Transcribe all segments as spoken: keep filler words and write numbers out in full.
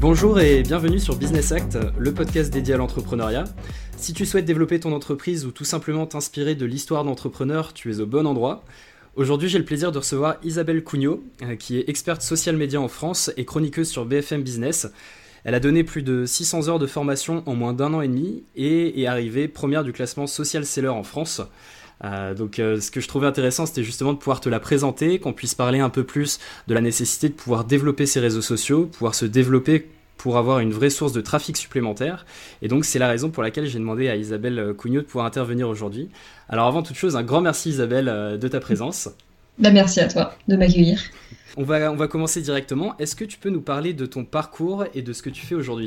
Bonjour et bienvenue sur Business Act, le podcast dédié à l'entrepreneuriat. Si tu souhaites développer ton entreprise ou tout simplement t'inspirer de l'histoire d'entrepreneurs, tu es au bon endroit. Aujourd'hui, j'ai le plaisir de recevoir Isabelle Cugnot, qui est experte social media en France et chroniqueuse sur B F M Business. Elle a donné plus de six cents heures de formation en moins d'un an et demi et est arrivée première du classement Social Seller en France. Euh, donc euh, ce que je trouvais intéressant, c'était justement de pouvoir te la présenter, qu'on puisse parler un peu plus de la nécessité de pouvoir développer ses réseaux sociaux, pouvoir se développer pour avoir une vraie source de trafic supplémentaire. Et donc c'est la raison pour laquelle j'ai demandé à Isabelle Cugnot de pouvoir intervenir aujourd'hui. Alors avant toute chose, un grand merci Isabelle euh, de ta présence. Bah, merci à toi de m'accueillir. On va, on va commencer directement. Est-ce que tu peux nous parler de ton parcours et de ce que tu fais aujourd'hui ?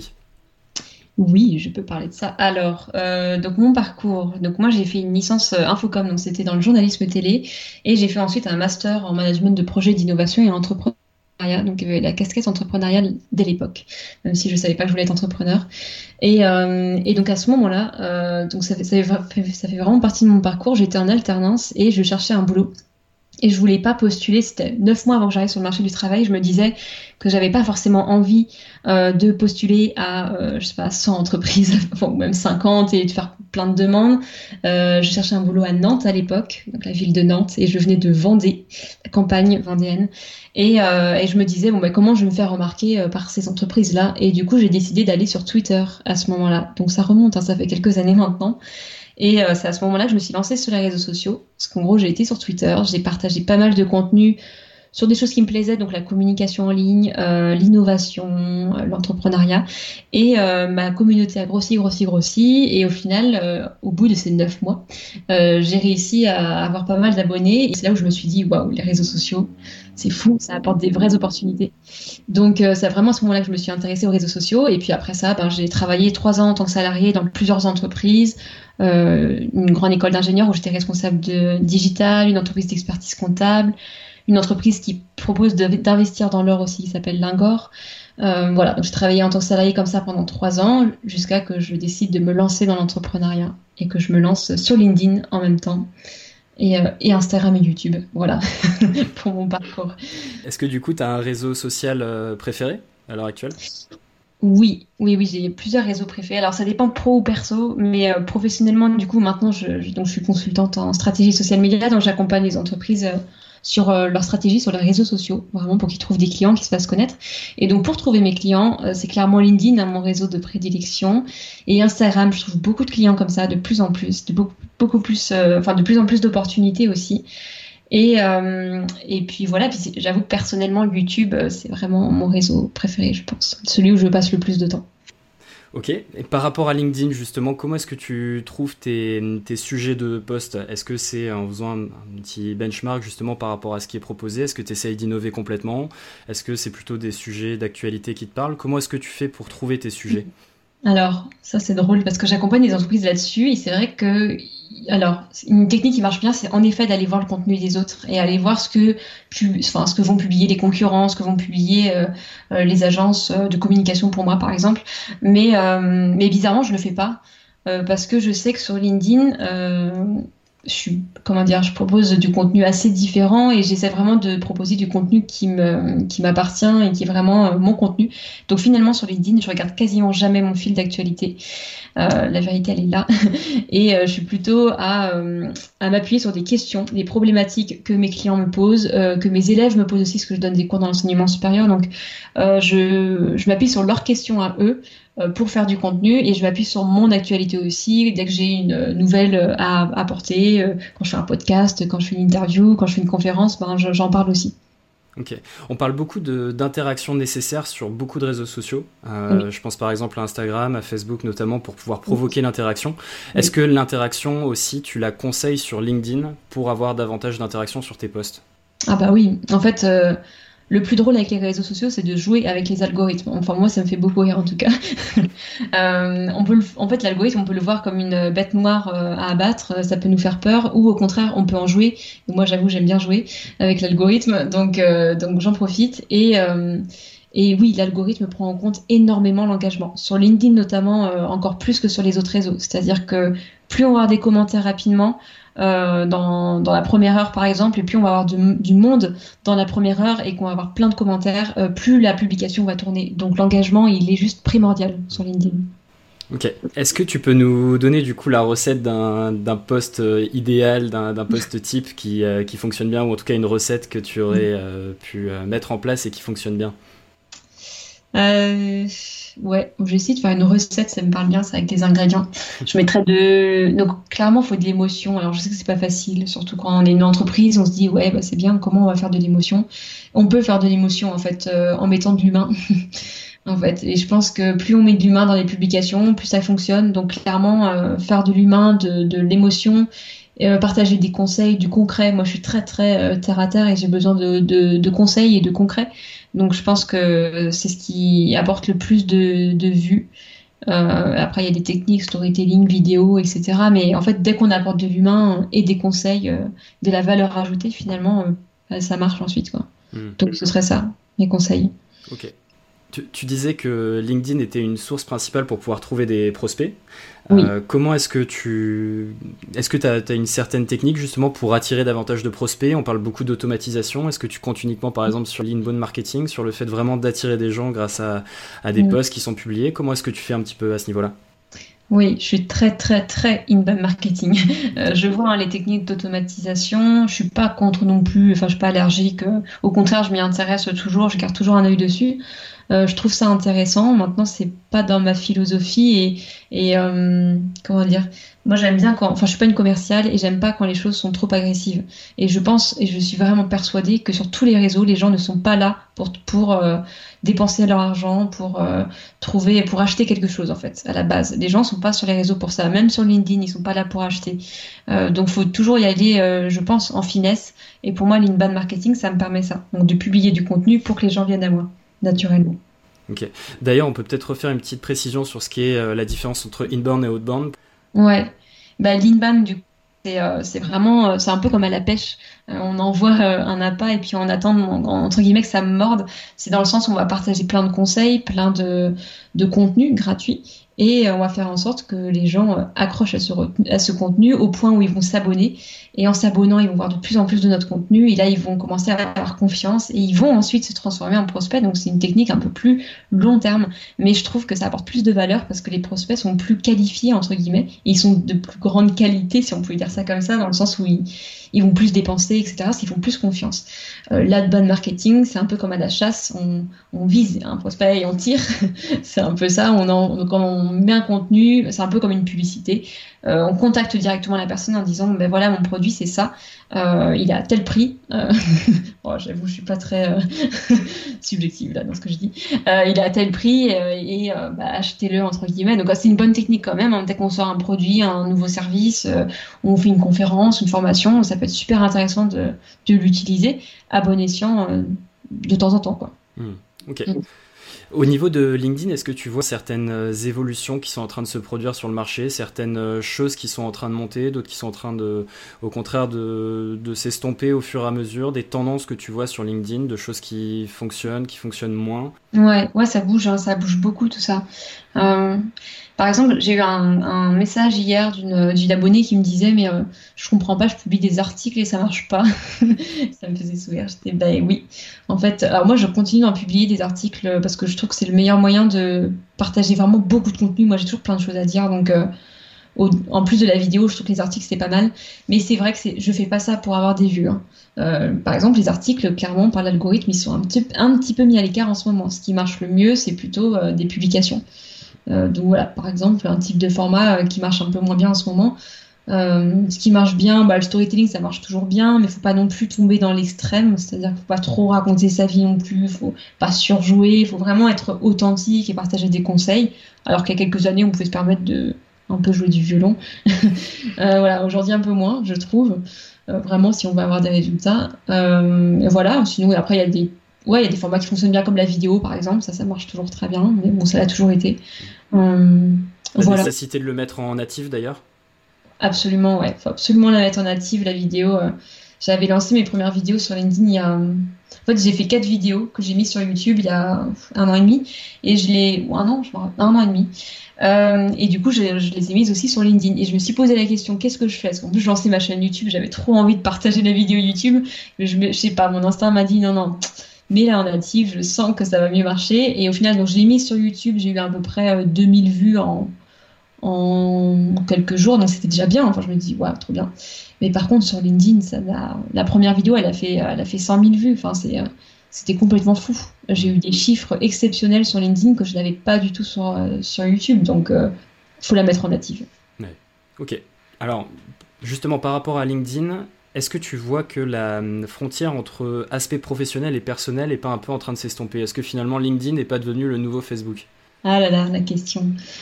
Oui, je peux parler de ça. Alors, euh, donc mon parcours. Donc moi, j'ai fait une licence euh, Infocom, donc c'était dans le journalisme télé, et j'ai fait ensuite un master en management de projets d'innovation et entrepreneuriat. Donc euh, la casquette entrepreneuriale dès l'époque, même si je savais pas que je voulais être entrepreneur. Et, euh, et donc à ce moment-là, euh, donc ça fait, ça, fait, ça fait vraiment partie de mon parcours. J'étais en alternance et je cherchais un boulot. Et je voulais pas postuler, c'était neuf mois avant que j'arrive sur le marché du travail, je me disais que j'avais pas forcément envie euh, de postuler à, euh, je sais pas, cent entreprises, enfin, ou même cinquante et de faire plein de demandes. Euh, je cherchais un boulot à Nantes à l'époque, donc la ville de Nantes, et je venais de Vendée, la campagne vendéenne. Et, euh, et je me disais, bon, bah, comment je vais me faire remarquer euh, par ces entreprises-là? Et du coup, j'ai décidé d'aller sur Twitter à ce moment-là. Donc ça remonte, hein, ça fait quelques années maintenant. Et euh, c'est à ce moment-là que je me suis lancée sur les réseaux sociaux. Parce qu'en gros, j'ai été sur Twitter, j'ai partagé pas mal de contenu sur des choses qui me plaisaient, donc la communication en ligne, euh, l'innovation, euh, l'entrepreneuriat. Et euh, ma communauté a grossi, grossi, grossi. Et au final, euh, au bout de ces neuf mois, euh, j'ai réussi à avoir pas mal d'abonnés. Et c'est là où je me suis dit, waouh, les réseaux sociaux, c'est fou, ça apporte des vraies opportunités. Donc euh, c'est vraiment à ce moment-là que je me suis intéressée aux réseaux sociaux. Et puis après ça, ben, j'ai travaillé trois ans en tant que salariée dans plusieurs entreprises. Euh, une grande école d'ingénieurs où j'étais responsable de digital, une entreprise d'expertise comptable, une entreprise qui propose de, d'investir dans l'or aussi, qui s'appelle Lingor. Euh, voilà, donc j'ai travaillé en tant que salarié comme ça pendant trois ans, jusqu'à que je décide de me lancer dans l'entrepreneuriat et que je me lance sur LinkedIn en même temps. Et, euh, et Instagram et YouTube, voilà, pour mon parcours. Est-ce que du coup, tu as un réseau social euh, préféré à l'heure actuelle ? Oui, oui, oui, j'ai plusieurs réseaux préférés. Alors, ça dépend pro ou perso, mais euh, professionnellement, du coup, maintenant, je, je, donc, je suis consultante en stratégie social media, donc j'accompagne les entreprises euh, sur euh, leur stratégie sur les réseaux sociaux, vraiment pour qu'ils trouvent des clients, qu'ils se fassent connaître. Et donc, pour trouver mes clients, euh, c'est clairement LinkedIn, hein, mon réseau de prédilection, et Instagram. Je trouve beaucoup de clients comme ça, de plus en plus, de beaucoup, beaucoup plus, euh, enfin, de plus en plus d'opportunités aussi. Et, euh, et puis voilà, puis j'avoue que personnellement, YouTube, c'est vraiment mon réseau préféré, je pense. Celui où je passe le plus de temps. Ok, et par rapport à LinkedIn, justement, comment est-ce que tu trouves tes, tes sujets de post ? Est-ce que c'est en faisant un, un petit benchmark justement par rapport à ce qui est proposé ? Est-ce que tu essayes d'innover complètement ? Est-ce que c'est plutôt des sujets d'actualité qui te parlent ? Comment est-ce que tu fais pour trouver tes sujets ? Alors, ça c'est drôle parce que j'accompagne des entreprises là-dessus et c'est vrai que, alors, une technique qui marche bien, c'est en effet d'aller voir le contenu des autres et aller voir ce que, enfin, ce que vont publier les concurrents, ce que vont publier euh, euh, les agences de communication pour moi par exemple. Mais, euh, mais bizarrement, je le fais pas euh, parce que je sais que sur LinkedIn, euh, je suis, comment dire, je propose du contenu assez différent et j'essaie vraiment de proposer du contenu qui me, qui m'appartient et qui est vraiment euh, mon contenu. Donc finalement sur LinkedIn, je regarde quasiment jamais mon fil d'actualité. Euh, la vérité, elle est là. Et euh, je suis plutôt à, euh, à m'appuyer sur des questions, des problématiques que mes clients me posent, euh, que mes élèves me posent aussi, parce que je donne des cours dans l'enseignement supérieur. Donc euh, je, je m'appuie sur leurs questions à eux pour faire du contenu et je m'appuie sur mon actualité aussi dès que j'ai une nouvelle à apporter, quand je fais un podcast, quand je fais une interview, quand je fais une conférence, ben j'en parle aussi. Ok. On parle beaucoup de, d'interactions nécessaires sur beaucoup de réseaux sociaux. Euh, oui. Je pense par exemple à Instagram, à Facebook notamment pour pouvoir provoquer oui. l'interaction. Oui. Est-ce que l'interaction aussi, tu la conseilles sur LinkedIn pour avoir davantage d'interaction sur tes posts ? Ah bah oui, en fait... Euh... Le plus drôle avec les réseaux sociaux, c'est de jouer avec les algorithmes. Enfin, moi, ça me fait beaucoup rire, en tout cas. euh, on peut le, en fait, l'algorithme, on peut le voir comme une bête noire euh, à abattre. Ça peut nous faire peur. Ou au contraire, on peut en jouer. Et moi, j'avoue, j'aime bien jouer avec l'algorithme. Donc, euh, donc j'en profite. Et, euh, Et oui, l'algorithme prend en compte énormément l'engagement. Sur LinkedIn notamment, euh, encore plus que sur les autres réseaux. C'est-à-dire que plus on va avoir des commentaires rapidement, euh, dans, dans la première heure par exemple, et plus on va avoir du, du monde dans la première heure et qu'on va avoir plein de commentaires, euh, plus la publication va tourner. Donc l'engagement, il est juste primordial sur LinkedIn. Ok. Est-ce que tu peux nous donner du coup la recette d'un, d'un post idéal, d'un, d'un post type qui, euh, qui fonctionne bien, ou en tout cas une recette que tu aurais euh, pu euh, mettre en place et qui fonctionne bien? Euh, ouais, j'essaie de faire une recette, ça me parle bien, c'est avec des ingrédients. Je mettrais de... Donc clairement, il faut de l'émotion. Alors je sais que c'est pas facile, surtout quand on est une entreprise, on se dit ouais, bah, c'est bien, comment on va faire de l'émotion? On peut faire de l'émotion en fait euh, en mettant de l'humain. En fait, et je pense que plus on met de l'humain dans les publications, plus ça fonctionne. Donc clairement, euh, faire de l'humain, de, de l'émotion, euh, partager des conseils, du concret. Moi, je suis très très euh, terre à terre et j'ai besoin de, de, de conseils et de concret. Donc je pense que c'est ce qui apporte le plus de, de vues. Euh, après, il y a des techniques, storytelling, vidéo, et cetera. Mais en fait, dès qu'on apporte de l'humain et des conseils, euh, de la valeur ajoutée, finalement, euh, ça marche ensuite, quoi. Mmh. Donc ce serait ça, mes conseils. Ok. Tu, tu disais que LinkedIn était une source principale pour pouvoir trouver des prospects. Oui. Euh, comment est-ce que tu... Est-ce que tu as une certaine technique justement pour attirer davantage de prospects? On parle beaucoup d'automatisation. Est-ce que tu comptes uniquement par exemple sur l'inbound marketing, sur le fait vraiment d'attirer des gens grâce à, à des oui. posts qui sont publiés? Comment est-ce que tu fais un petit peu à ce niveau-là? Oui, je suis très très très inbound marketing. Euh, je vois hein, les techniques d'automatisation. Je suis pas contre non plus. Enfin, je suis pas allergique. Au contraire, je m'y intéresse toujours. Je garde toujours un œil dessus. Euh, je trouve ça intéressant. Maintenant, c'est pas dans ma philosophie et, et euh, comment dire. Moi, j'aime bien quand. Enfin, je suis pas une commerciale et j'aime pas quand les choses sont trop agressives. Et je pense et je suis vraiment persuadée que sur tous les réseaux, les gens ne sont pas là pour pour euh, dépenser leur argent, pour euh, trouver, pour acheter quelque chose en fait. À la base, les gens sont pas sur les réseaux pour ça. Même sur LinkedIn, ils sont pas là pour acheter. Euh, donc, faut toujours y aller, euh, je pense, en finesse. Et pour moi, l'inbound marketing, ça me permet ça. Donc, de publier du contenu pour que les gens viennent à moi. Naturellement. Ok. D'ailleurs, on peut peut-être refaire une petite précision sur ce qui est euh, la différence entre inbound et outbound. Ouais. Bah, l'inbound, du coup, c'est, euh, c'est vraiment, euh, c'est un peu comme à la pêche. Euh, on envoie euh, un appât et puis on attend, en, entre guillemets, que ça morde. C'est dans le sens où on va partager plein de conseils, plein de, de contenus gratuits. Et on va faire en sorte que les gens accrochent à ce, à ce contenu au point où ils vont s'abonner. Et en s'abonnant, ils vont voir de plus en plus de notre contenu. Et là, ils vont commencer à avoir confiance. Et ils vont ensuite se transformer en prospects. Donc, c'est une technique un peu plus long terme. Mais je trouve que ça apporte plus de valeur parce que les prospects sont plus qualifiés, entre guillemets. Et ils sont de plus grande qualité, si on peut dire ça comme ça, dans le sens où ils, ils vont plus dépenser, et cetera. Parce qu'ils font plus confiance. Euh, L'outbound marketing, c'est un peu comme à la chasse. On, on vise un prospect et on tire. C'est un peu ça. On en, donc, quand on met un contenu, c'est un peu comme une publicité. Euh, on contacte directement la personne en disant ben voilà mon produit c'est ça, euh, il est à tel prix. Euh... oh, j'avoue je suis pas très euh... subjective là dans ce que je dis. Euh, il est à tel prix euh, et euh, bah, achetez-le entre guillemets. Donc c'est une bonne technique quand même. Hein. Dès qu'on sort un produit, un nouveau service, euh, on fait une conférence, une formation, ça peut être super intéressant de, de l'utiliser à bon escient euh, de temps en temps quoi. Mmh. Ok. Mmh. Au niveau de LinkedIn, est-ce que tu vois certaines évolutions qui sont en train de se produire sur le marché, certaines choses qui sont en train de monter, d'autres qui sont en train de, au contraire, de, de s'estomper au fur et à mesure, des tendances que tu vois sur LinkedIn, de choses qui fonctionnent, qui fonctionnent moins? Ouais, ouais, ça bouge, hein, ça bouge beaucoup tout ça. Euh, par exemple, j'ai eu un, un message hier d'une, d'une abonnée qui me disait mais euh, je comprends pas, je publie des articles et ça marche pas. Ça me faisait sourire. J'étais bah oui. En fait, alors moi je continue d'en publier des articles parce que je trouve que c'est le meilleur moyen de partager vraiment beaucoup de contenu. Moi j'ai toujours plein de choses à dire donc euh, au, en plus de la vidéo, je trouve que les articles c'est pas mal. Mais c'est vrai que c'est, je fais pas ça pour avoir des vues. Hein. Euh, par exemple, les articles, clairement, par l'algorithme, ils sont un petit, un petit peu mis à l'écart en ce moment. Ce qui marche le mieux, c'est plutôt euh, des publications. Euh, donc voilà, par exemple, un type de format euh, qui marche un peu moins bien en ce moment. Euh, ce qui marche bien, bah, le storytelling, ça marche toujours bien, mais faut pas non plus tomber dans l'extrême. C'est-à-dire qu'il faut pas trop raconter sa vie non plus, faut pas surjouer, il faut vraiment être authentique et partager des conseils. Alors qu'il y a quelques années, on pouvait se permettre de un peu jouer du violon. euh, voilà, aujourd'hui un peu moins, je trouve. Euh, vraiment, si on veut avoir des résultats. Euh, et voilà, sinon après il y a des ouais, il y a des formats qui fonctionnent bien comme la vidéo par exemple, ça ça marche toujours très bien, mais bon, ça l'a toujours été. Euh, la voilà. nécessité de le mettre en natif d'ailleurs. Absolument, ouais, faut absolument la mettre en native la vidéo. Euh, j'avais lancé mes premières vidéos sur LinkedIn il y a En fait, j'ai fait quatre vidéos que j'ai mises sur YouTube il y a un an et demi, et je les, ou un an, je me rappelle, un an et demi. Euh, et du coup, je, je les ai mises aussi sur LinkedIn. Et je me suis posé la question, qu'est-ce que je fais? Parce qu'en plus, je lançais ma chaîne YouTube, j'avais trop envie de partager la vidéo YouTube, mais je, me, je sais pas, mon instinct m'a dit non, non, mets-la en native, je sens que ça va mieux marcher. Et au final, donc, je l'ai mise sur YouTube, j'ai eu à peu près deux mille vues en, en quelques jours, donc c'était déjà bien. Enfin, je me dis, ouais, trop bien. Mais par contre, sur LinkedIn, ça a, la première vidéo, elle a fait, elle a fait cent mille vues. Enfin, c'est, c'était complètement fou. J'ai eu des chiffres exceptionnels sur LinkedIn que je n'avais pas du tout sur, sur YouTube. Donc, il euh, faut la mettre en native. Ouais. Ok. Alors, justement, par rapport à LinkedIn, est-ce que tu vois que la frontière entre aspect professionnel et personnel n'est pas un peu en train de s'estomper? Est-ce que finalement, LinkedIn n'est pas devenu le nouveau Facebook? Ah là là, la question.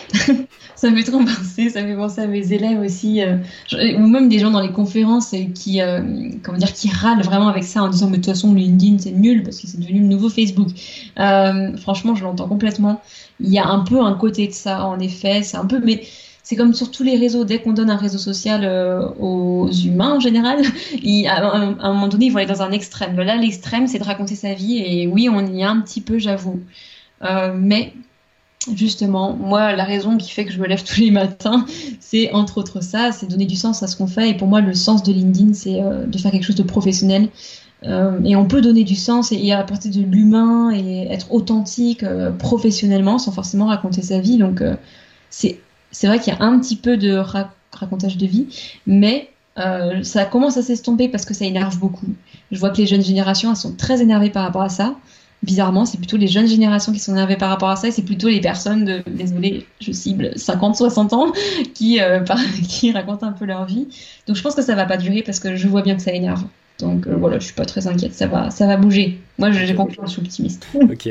Ça me fait trop penser, ça me fait penser à mes élèves aussi, euh, ou même des gens dans les conférences qui, euh, comment dire, qui râlent vraiment avec ça en disant mais de toute façon LinkedIn c'est nul parce que c'est devenu le nouveau Facebook. Euh, franchement, je l'entends complètement. Il y a un peu un côté de ça, en effet, c'est un peu, mais c'est comme sur tous les réseaux. Dès qu'on donne un réseau social euh, aux humains en général, il, à, à, à un moment donné, ils vont aller dans un extrême. Là, l'extrême, c'est de raconter sa vie et oui, on y est un petit peu, j'avoue. Euh, mais justement, moi, la raison qui fait que je me lève tous les matins, c'est entre autres ça, c'est donner du sens à ce qu'on fait. Et pour moi, le sens de LinkedIn, c'est euh, de faire quelque chose de professionnel. Euh, et on peut donner du sens et, et apporter de l'humain et être authentique euh, professionnellement sans forcément raconter sa vie. Donc, euh, c'est, c'est vrai qu'il y a un petit peu de ra- racontage de vie, mais euh, ça commence à s'estomper parce que ça énerve beaucoup. Je vois que les jeunes générations, elles sont très énervées par rapport à ça. Bizarrement, c'est plutôt les jeunes générations qui sont énervées par rapport à ça et c'est plutôt les personnes de, désolé, je cible cinquante soixante ans qui, euh, par, qui racontent un peu leur vie. Donc je pense que ça va pas durer parce que je vois bien que ça énerve. Donc euh, voilà, je suis pas très inquiète, ça va, ça va bouger. Moi, j'ai confiance, je suis optimiste. Ok.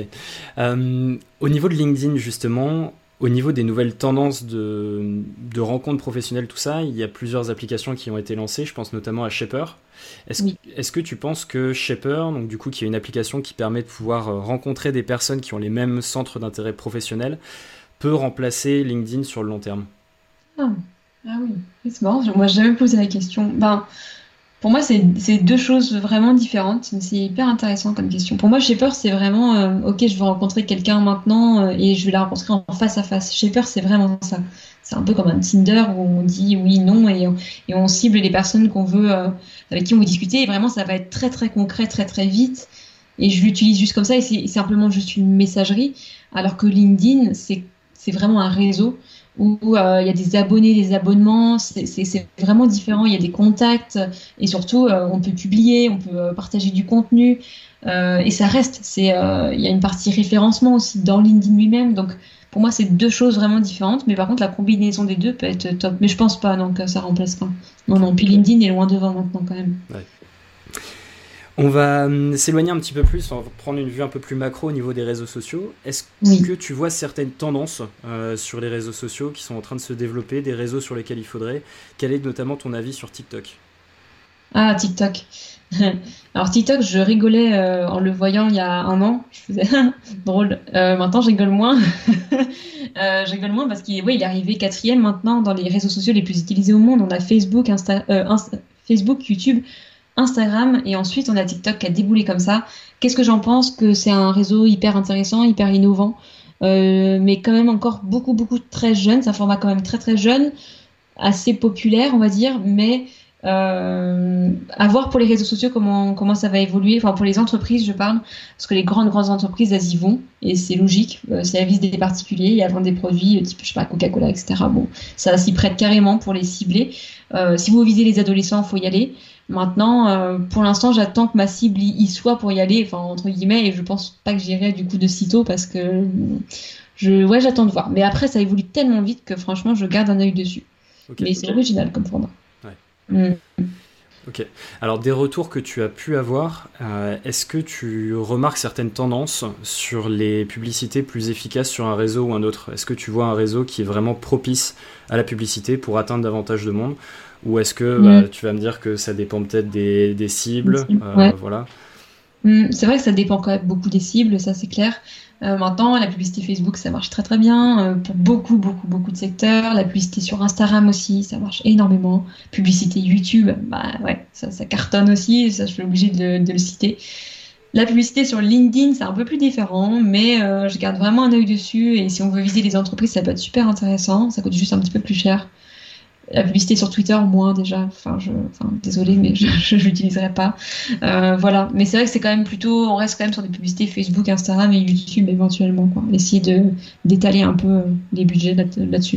Euh, au niveau de LinkedIn, justement, au niveau des nouvelles tendances de, de rencontres professionnelles, tout ça, il y a plusieurs applications qui ont été lancées. Je pense notamment à Shaper. Est-ce, oui. est-ce que tu penses que Shaper, donc du coup, qui est une application qui permet de pouvoir rencontrer des personnes qui ont les mêmes centres d'intérêt professionnels, peut remplacer LinkedIn sur le long terme? Ah, ah oui, c'est marrant. Moi, j'ai jamais posé la question. Ben, pour moi, c'est, c'est deux choses vraiment différentes, mais c'est hyper intéressant comme question. Pour moi, Shaper, c'est vraiment, euh, ok, je veux rencontrer quelqu'un maintenant euh, et je vais la rencontrer en face à face. Shaper, c'est vraiment ça. C'est un peu comme un Tinder où on dit oui, non et on, et on cible les personnes qu'on veut, euh, avec qui on veut discuter. Et vraiment, ça va être très, très concret, très, très vite. Et je l'utilise juste comme ça et c'est, c'est simplement juste une messagerie. Alors que LinkedIn, c'est, c'est vraiment un réseau où il euh, y a des abonnés, des abonnements, c'est, c'est, c'est vraiment différent, il y a des contacts et surtout euh, on peut publier, on peut euh, partager du contenu euh, et ça reste, c'est, euh, il y a une partie référencement aussi dans LinkedIn lui-même, donc pour moi c'est deux choses vraiment différentes, mais par contre la combinaison des deux peut être top, mais je pense pas non, que ça remplace pas. Non, non, puis LinkedIn est loin devant maintenant quand même. Ouais. On va s'éloigner un petit peu plus, on va prendre une vue un peu plus macro au niveau des réseaux sociaux. Est-ce oui. que tu vois certaines tendances euh, sur les réseaux sociaux qui sont en train de se développer, des réseaux sur lesquels il faudrait? Quel est notamment ton avis sur TikTok? Ah, TikTok. Alors TikTok, je rigolais euh, en le voyant il y a un an. Je faisais drôle. Euh, maintenant, je rigole moins. euh, je rigole moins parce qu'il ouais, il est arrivé quatrième maintenant dans les réseaux sociaux les plus utilisés au monde. On a Facebook, Insta, euh, Insta, Facebook, YouTube, Instagram et ensuite on a TikTok qui a déboulé comme ça. Qu'est-ce que j'en pense? Que c'est un réseau hyper intéressant, hyper innovant, euh, mais quand même encore beaucoup beaucoup très jeune. C'est un format quand même très très jeune, assez populaire on va dire, mais euh, à voir pour les réseaux sociaux comment comment ça va évoluer. Enfin pour les entreprises je parle, parce que les grandes grandes entreprises elles y vont et c'est logique. Euh, c'est à vis des particuliers et à vendre des produits type je sais pas Coca-Cola et cetera. Bon ça s'y prête carrément pour les cibler. Euh, si vous visez les adolescents faut y aller. Maintenant, euh, pour l'instant, j'attends que ma cible y soit pour y aller, enfin entre guillemets, et je pense pas que j'irai du coup de sitôt parce que je, ouais, j'attends de voir. Mais après, ça évolue tellement vite que franchement, je garde un œil dessus. Okay, Mais c'est okay. original comme format. Ouais. Mm. Ok. Alors des retours que tu as pu avoir, euh, est-ce que tu remarques certaines tendances sur les publicités plus efficaces sur un réseau ou un autre? Est-ce que tu vois un réseau qui est vraiment propice à la publicité pour atteindre davantage de monde? Ou est-ce que mmh. bah, tu vas me dire que ça dépend peut-être des, des cibles, euh, ouais. voilà. Mmh, c'est vrai que ça dépend quand même beaucoup des cibles, ça c'est clair. Euh, maintenant, la publicité Facebook, ça marche très très bien euh, pour beaucoup, beaucoup, beaucoup de secteurs. La publicité sur Instagram aussi, ça marche énormément. Publicité YouTube, bah ouais, ça, ça cartonne aussi, ça je suis obligée de, de le citer. La publicité sur LinkedIn, c'est un peu plus différent, mais euh, je garde vraiment un œil dessus. Et si on veut viser les entreprises, ça peut être super intéressant. Ça coûte juste un petit peu plus cher. La publicité sur Twitter, moins déjà. Enfin, je, enfin, désolée, mais je ne l'utiliserai pas. Euh, voilà. Mais c'est vrai que c'est quand même plutôt, on reste quand même sur des publicités Facebook, Instagram et YouTube éventuellement, quoi. Essayer de d'étaler un peu les budgets là, là-dessus.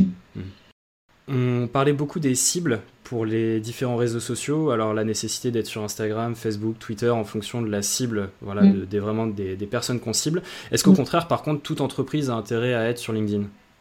On parlait beaucoup des cibles pour les différents réseaux sociaux. Alors la nécessité d'être sur Instagram, Facebook, Twitter en fonction de la cible, voilà, mm. de, de vraiment des, des personnes qu'on cible. Est-ce qu'au mm. contraire, par contre, toute entreprise a intérêt à être sur LinkedIn ?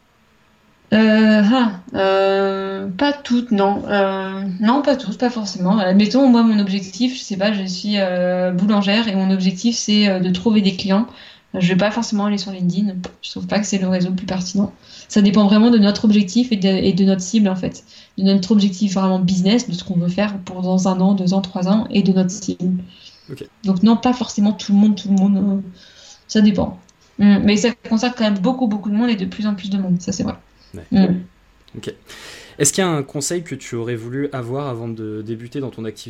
Euh, ah, euh, pas toutes, non. Euh, non, pas toutes, pas forcément. Admettons, moi, mon objectif, je sais pas, je suis euh, boulangère et mon objectif, c'est euh, de trouver des clients. Je vais pas forcément aller sur LinkedIn. Je trouve pas que c'est le réseau le plus pertinent. Ça dépend vraiment de notre objectif et de, et de notre cible, en fait. De notre objectif vraiment business, de ce qu'on veut faire pour dans un an, deux ans, trois ans, et de notre cible. Okay. Donc non, pas forcément tout le monde, tout le monde. Euh, ça dépend. Mmh. Mais ça concerne quand même beaucoup, beaucoup de monde et de plus en plus de monde. Ça, c'est vrai. Ouais. Mmh. Ok. Est-ce qu'il y a un conseil que tu aurais voulu avoir avant de débuter dans ton activité ?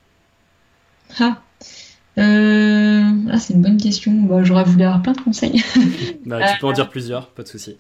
Ah. Euh... ah, c'est une bonne question. Bah, j'aurais voulu avoir plein de conseils. bah, tu peux en dire plusieurs, pas de souci.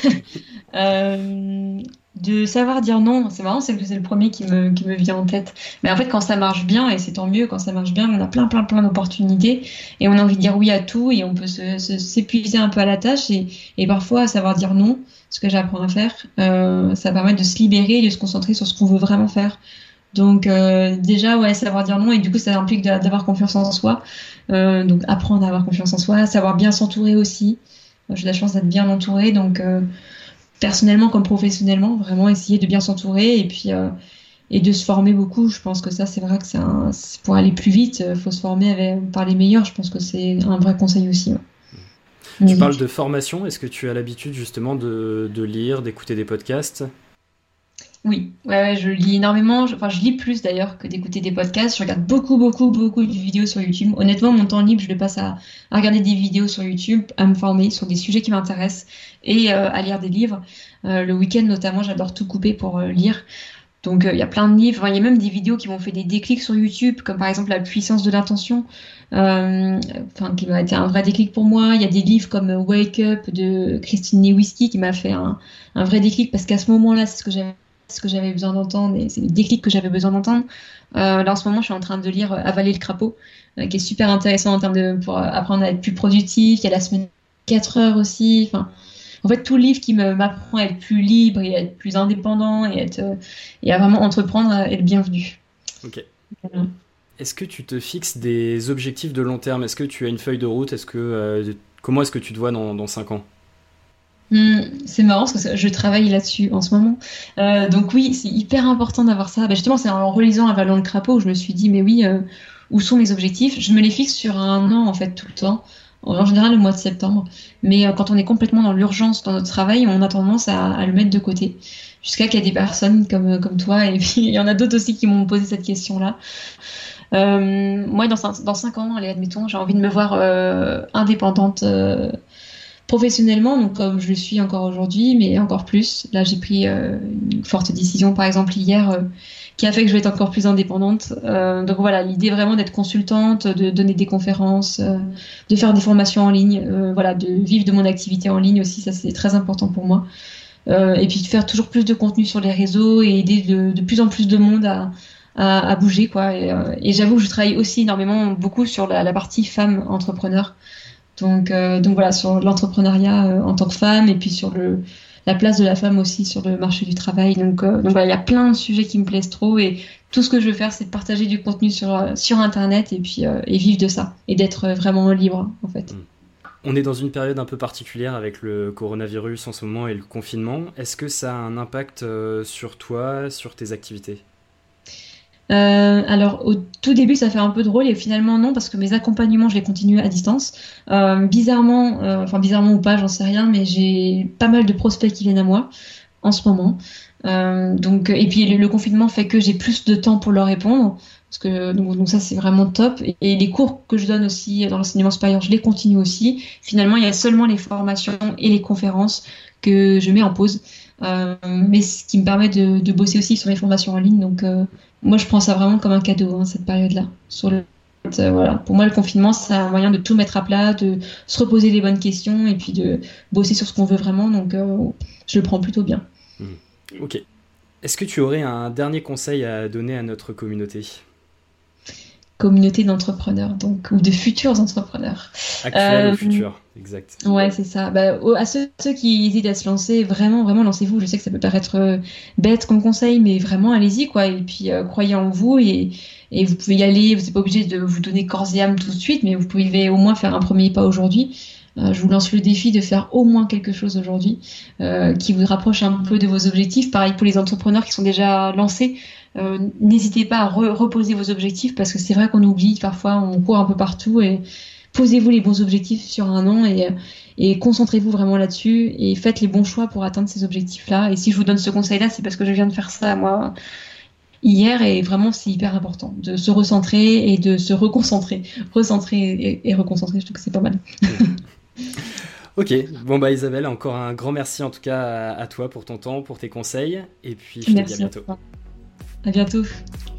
euh... De savoir dire non, c'est marrant, c'est que c'est le premier qui me, qui me vient en tête. Mais en fait, quand ça marche bien, et c'est tant mieux, quand ça marche bien, on a plein, plein, plein d'opportunités et on a envie de dire oui à tout et on peut se, se, s'épuiser un peu à la tâche et, et parfois savoir dire non, ce que j'apprends à faire, euh, ça permet de se libérer et de se concentrer sur ce qu'on veut vraiment faire. Donc euh, déjà, ouais, savoir dire non et du coup, ça implique de, d'avoir confiance en soi. Euh, donc apprendre à avoir confiance en soi, savoir bien s'entourer aussi. Moi, j'ai la chance d'être bien entourée, donc... Euh, personnellement comme professionnellement, vraiment essayer de bien s'entourer et puis euh, et de se former beaucoup. Je pense que ça, c'est vrai que c'est, un, c'est pour aller plus vite, il faut se former avec, par les meilleurs. Je pense que c'est un vrai conseil aussi. Ouais. Tu Mais... parles de formation. Est-ce que tu as l'habitude justement de, de lire, d'écouter des podcasts ? Oui, ouais, ouais, je lis énormément. Je, enfin, je lis plus d'ailleurs que d'écouter des podcasts. Je regarde beaucoup, beaucoup, beaucoup de vidéos sur YouTube. Honnêtement, mon temps libre, je le passe à, à regarder des vidéos sur YouTube, à me former sur des sujets qui m'intéressent et euh, à lire des livres. Euh, le week-end notamment, j'adore tout couper pour euh, lire. Donc, il euh, y a plein de livres. Enfin, il y a même des vidéos qui m'ont fait des déclics sur YouTube, comme par exemple La puissance de l'intention, euh, enfin, qui m'a été un vrai déclic pour moi. Il y a des livres comme Wake Up de Christine Niewiski qui m'a fait un, un vrai déclic parce qu'à ce moment-là, c'est ce que j'avais ce que j'avais besoin d'entendre et c'est les déclics que j'avais besoin d'entendre. Euh, là en ce moment je suis en train de lire Avaler le crapaud euh, qui est super intéressant en termes de pour apprendre à être plus productif. Il y a la semaine quatre heures aussi. Enfin, en fait tout livre qui me, m'apprend à être plus libre et à être plus indépendant et, être, euh, et à vraiment entreprendre est le bienvenu. Ok. Voilà. Est-ce que tu te fixes des objectifs de long terme ? Est-ce que tu as une feuille de route ? Est-ce que, euh, comment est-ce que tu te vois dans, dans cinq ans ? Mmh, c'est marrant parce que je travaille là-dessus en ce moment. Euh, donc oui, c'est hyper important d'avoir ça. Ben justement, c'est en relisant Avalant le crapaud où je me suis dit, mais oui, euh, où sont mes objectifs ? Je me les fixe sur un an en fait tout le temps. En général, le mois de septembre. Mais euh, quand on est complètement dans l'urgence dans notre travail, on a tendance à, à le mettre de côté. Jusqu'à qu'il y ait des personnes comme, comme toi, et puis il y en a d'autres aussi qui m'ont posé cette question-là. Euh, moi, dans cinq, dans cinq ans, allez, admettons, j'ai envie de me voir euh, indépendante euh, professionnellement, donc comme je le suis encore aujourd'hui, mais encore plus. Là, j'ai pris euh, une forte décision, par exemple, hier, euh, qui a fait que je vais être encore plus indépendante. Euh, donc voilà, l'idée vraiment d'être consultante, de donner des conférences, euh, de faire des formations en ligne, euh, voilà, de vivre de mon activité en ligne aussi, ça c'est très important pour moi. Euh, et puis de faire toujours plus de contenu sur les réseaux et aider de, de plus en plus de monde à, à, à bouger, quoi. Et, euh, et j'avoue que je travaille aussi énormément, beaucoup sur la, la partie femme entrepreneur. Donc, euh, donc voilà, sur l'entrepreneuriat euh, en tant que femme et puis sur le, la place de la femme aussi sur le marché du travail. Donc, euh, donc voilà, il y a plein de sujets qui me plaisent trop et tout ce que je veux faire, c'est de partager du contenu sur, sur Internet et puis euh, et vivre de ça et d'être vraiment libre en fait. On est dans une période un peu particulière avec le coronavirus en ce moment et le confinement. Est-ce que ça a un impact euh, sur toi, sur tes activités ? Euh, alors au tout début ça fait un peu drôle et finalement non parce que mes accompagnements je les continue à distance. Euh, bizarrement, euh, enfin bizarrement ou pas j'en sais rien mais j'ai pas mal de prospects qui viennent à moi en ce moment. Euh, donc et puis le, le confinement fait que j'ai plus de temps pour leur répondre parce que donc, donc ça c'est vraiment top et, et les cours que je donne aussi dans l'enseignement supérieur je les continue aussi. Finalement il y a seulement les formations et les conférences que je mets en pause. Euh, mais ce qui me permet de, de bosser aussi sur mes formations en ligne donc euh, moi je prends ça vraiment comme un cadeau hein, cette période là sur le, euh, voilà. Pour moi, le confinement, c'est un moyen de tout mettre à plat, de se reposer les bonnes questions et puis de bosser sur ce qu'on veut vraiment. Donc, euh, je le prends plutôt bien. Mmh. Ok. Est-ce que tu aurais un dernier conseil à donner à notre communauté ? Communauté d'entrepreneurs, donc, ou de futurs entrepreneurs. Actuel Euh, ou futur, exact. Ouais, c'est ça. Bah, au- à ceux, ceux qui hésitent à se lancer, vraiment, vraiment, lancez-vous. Je sais que ça peut paraître euh, bête comme conseil, mais vraiment, allez-y, quoi. Et puis, euh, croyez en vous et, et vous pouvez y aller. Vous n'êtes pas obligé de vous donner corps et âme tout de suite, mais vous pouvez au moins faire un premier pas aujourd'hui. Euh, je vous lance le défi de faire au moins quelque chose aujourd'hui euh, qui vous rapproche un peu de vos objectifs. Pareil pour les entrepreneurs qui sont déjà lancés. Euh, n'hésitez pas à re- reposer vos objectifs parce que c'est vrai qu'on oublie parfois, on court un peu partout et posez-vous les bons objectifs sur un an et, et concentrez-vous vraiment là-dessus et faites les bons choix pour atteindre ces objectifs-là. Et si je vous donne ce conseil-là, c'est parce que je viens de faire ça moi hier et vraiment c'est hyper important de se recentrer et de se reconcentrer, recentrer et, et reconcentrer. Je trouve que c'est pas mal. Ok, bon bah Isabelle, encore un grand merci en tout cas à, à toi pour ton temps, pour tes conseils et puis je te Merci dis à bientôt. à bientôt.